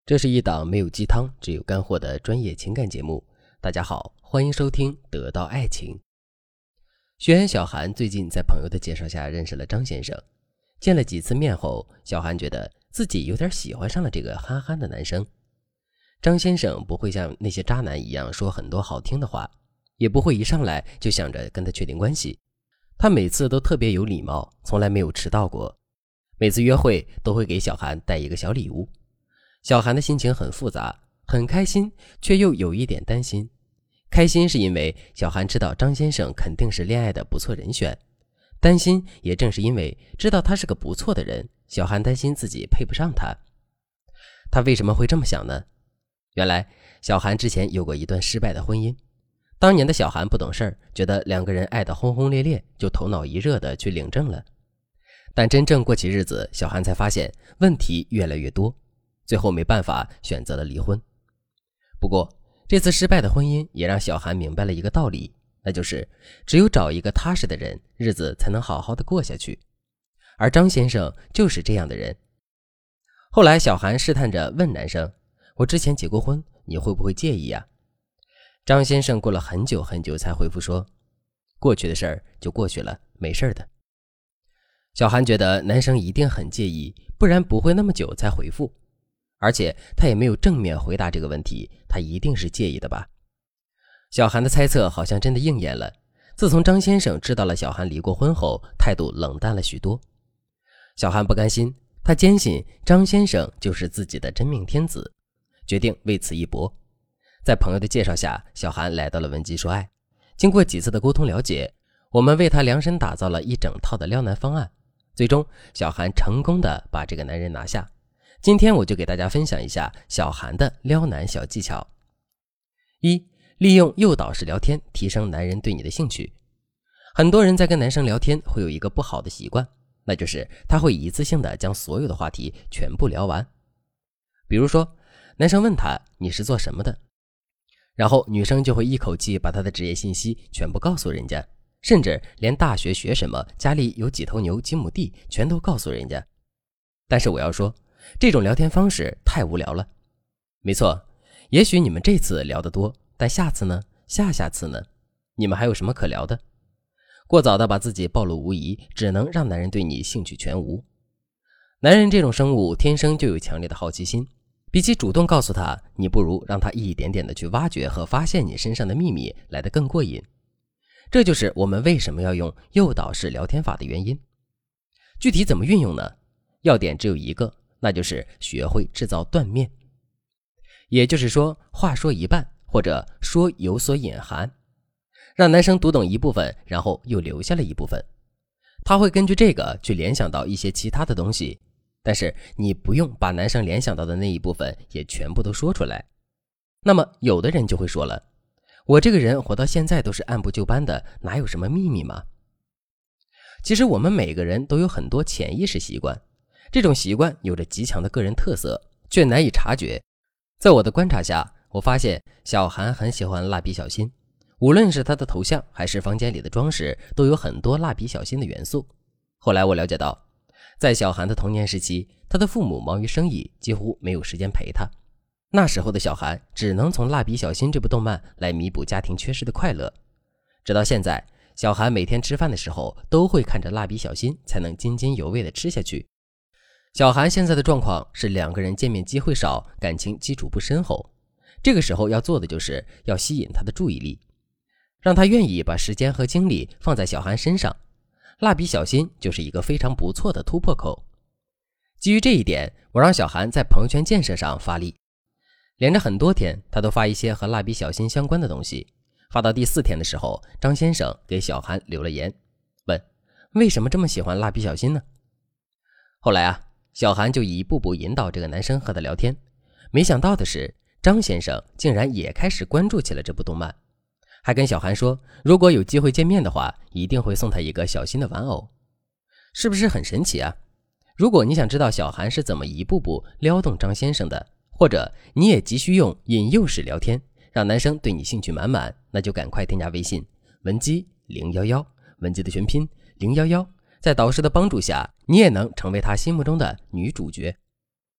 这是一档没有鸡汤，只有干货的专业情感节目。大家好，欢迎收听得到爱情。学员小韩最近在朋友的介绍下认识了张先生，见了几次面后，小韩觉得自己有点喜欢上了这个憨憨的男生。张先生不会像那些渣男一样说很多好听的话，也不会一上来就想着跟他确定关系。他每次都特别有礼貌，从来没有迟到过。每次约会都会给小韩带一个小礼物。小韩的心情很复杂，很开心，却又有一点担心。开心是因为小韩知道张先生肯定是恋爱的不错人选，担心也正是因为知道他是个不错的人，小韩担心自己配不上他。他为什么会这么想呢？原来小韩之前有过一段失败的婚姻，当年的小韩不懂事儿，觉得两个人爱得轰轰烈烈，就头脑一热的去领证了。但真正过起日子，小韩才发现问题越来越多，最后没办法选择了离婚。不过这次失败的婚姻也让小韩明白了一个道理，那就是只有找一个踏实的人，日子才能好好的过下去。而张先生就是这样的人。后来小韩试探着问男生，我之前结过婚，你会不会介意呀？张先生过了很久很久才回复说，过去的事儿就过去了，没事的。小韩觉得男生一定很介意，不然不会那么久才回复。而且他也没有正面回答这个问题，他一定是介意的吧。小韩的猜测好像真的应验了。自从张先生知道了小韩离过婚后，态度冷淡了许多。小韩不甘心，他坚信张先生就是自己的真命天子，决定为此一搏。在朋友的介绍下，小韩来到了文姬说爱。经过几次的沟通了解，我们为他量身打造了一整套的撩男方案，最终小韩成功的把这个男人拿下。今天我就给大家分享一下小韩的撩男小技巧。一、利用诱导式聊天提升男人对你的兴趣。很多人在跟男生聊天会有一个不好的习惯，那就是他会一次性的将所有的话题全部聊完。比如说男生问他你是做什么的，然后女生就会一口气把他的职业信息全部告诉人家，甚至连大学学什么，家里有几头牛几亩地全都告诉人家。但是我要说，这种聊天方式太无聊了。没错，也许你们这次聊得多，但下次呢？下下次呢？你们还有什么可聊的？过早的把自己暴露无遗，只能让男人对你兴趣全无。男人这种生物天生就有强烈的好奇心，比起主动告诉他，你不如让他一点点的去挖掘和发现你身上的秘密来得更过瘾。这就是我们为什么要用诱导式聊天法的原因。具体怎么运用呢？要点只有一个，那就是学会制造断面。也就是说，话说一半，或者说有所隐含，让男生读懂一部分，然后又留下了一部分。他会根据这个去联想到一些其他的东西，但是你不用把男生联想到的那一部分也全部都说出来。那么有的人就会说了，我这个人活到现在都是按部就班的，哪有什么秘密吗？其实我们每个人都有很多潜意识习惯，这种习惯有着极强的个人特色，却难以察觉。在我的观察下，我发现小韩很喜欢蜡笔小新，无论是他的头像还是房间里的装饰，都有很多蜡笔小新的元素。后来我了解到，在小韩的童年时期，他的父母忙于生意，几乎没有时间陪他。那时候的小韩只能从蜡笔小新这部动漫来弥补家庭缺失的快乐。直到现在，小韩每天吃饭的时候都会看着蜡笔小新，才能津津有味地吃下去。小韩现在的状况是两个人见面机会少，感情基础不深厚。这个时候要做的就是要吸引他的注意力，让他愿意把时间和精力放在小韩身上。蜡笔小新就是一个非常不错的突破口。基于这一点，我让小韩在朋友圈建设上发力，连着很多天他都发一些和蜡笔小新相关的东西。发到第4天的时候，张先生给小韩留了言，问为什么这么喜欢蜡笔小新呢？后来小韩就一步步引导这个男生和他聊天。没想到的是，张先生竟然也开始关注起了这部动漫，还跟小韩说如果有机会见面的话，一定会送他一个小新的玩偶。是不是很神奇啊？如果你想知道小韩是怎么一步步撩动张先生的，或者你也急需用引诱式聊天让男生对你兴趣满满，那就赶快添加微信文姬011，文姬的全拼011，在导师的帮助下，你也能成为他心目中的女主角。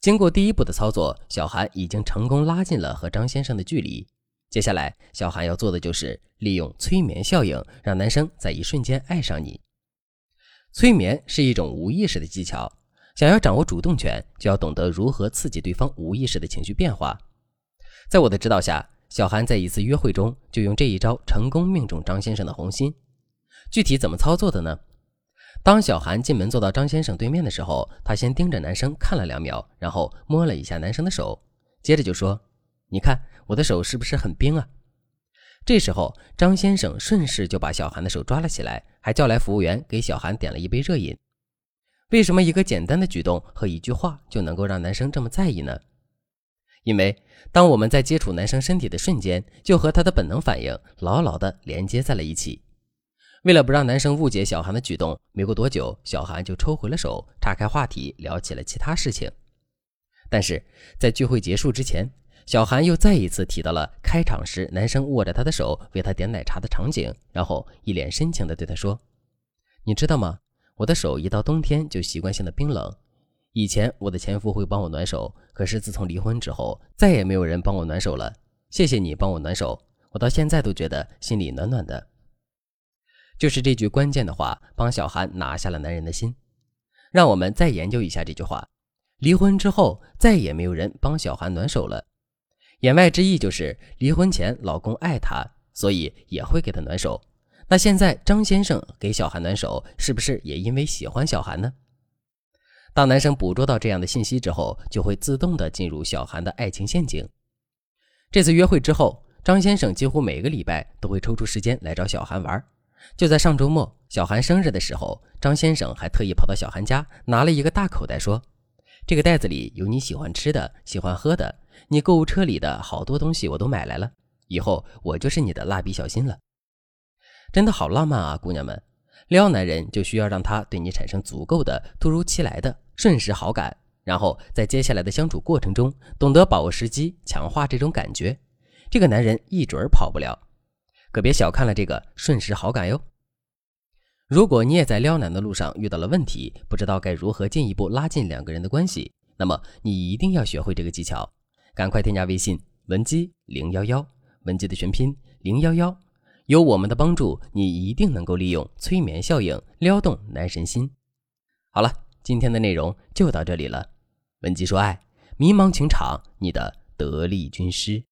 经过第一步的操作，小韩已经成功拉近了和张先生的距离。接下来，小韩要做的就是利用催眠效应，让男生在一瞬间爱上你。催眠是一种无意识的技巧，想要掌握主动权，就要懂得如何刺激对方无意识的情绪变化。在我的指导下，小韩在一次约会中就用这一招成功命中张先生的红心。具体怎么操作的呢？当小韩进门坐到张先生对面的时候，他先盯着男生看了2秒，然后摸了一下男生的手，接着就说：“你看我的手是不是很冰啊？”这时候张先生顺势就把小韩的手抓了起来，还叫来服务员给小韩点了一杯热饮。为什么一个简单的举动和一句话就能够让男生这么在意呢？因为当我们在接触男生身体的瞬间，就和他的本能反应牢牢地连接在了一起。为了不让男生误解小韩的举动，没过多久，小韩就抽回了手，岔开话题聊起了其他事情。但是在聚会结束之前，小韩又再一次提到了开场时男生握着他的手为他点奶茶的场景，然后一脸深情地对他说：“你知道吗？我的手一到冬天就习惯性的冰冷。以前我的前夫会帮我暖手，可是自从离婚之后，再也没有人帮我暖手了。谢谢你帮我暖手，我到现在都觉得心里暖暖的。”就是这句关键的话，帮小韩拿下了男人的心。让我们再研究一下这句话：离婚之后，再也没有人帮小韩暖手了。言外之意就是离婚前老公爱她，所以也会给她暖手。那现在张先生给小韩暖手，是不是也因为喜欢小韩呢？当男生捕捉到这样的信息之后，就会自动的进入小韩的爱情陷阱。这次约会之后，张先生几乎每个礼拜都会抽出时间来找小韩玩。就在上周末，小韩生日的时候，张先生还特意跑到小韩家，拿了一个大口袋说：“这个袋子里有你喜欢吃的、喜欢喝的，你购物车里的好多东西我都买来了，以后我就是你的蜡笔小新了。”真的好浪漫啊，姑娘们！撩男人就需要让他对你产生足够的突如其来的瞬时好感，然后在接下来的相处过程中，懂得把握时机，强化这种感觉，这个男人一准儿跑不了。可别小看了这个瞬时好感哟。如果你也在撩男的路上遇到了问题，不知道该如何进一步拉近2个人的关系，那么你一定要学会这个技巧。赶快添加微信文姬011，文姬的全拼011，有我们的帮助，你一定能够利用催眠效应撩动男神心。好了，今天的内容就到这里了。文姬说爱，迷茫情场，你的得力军师。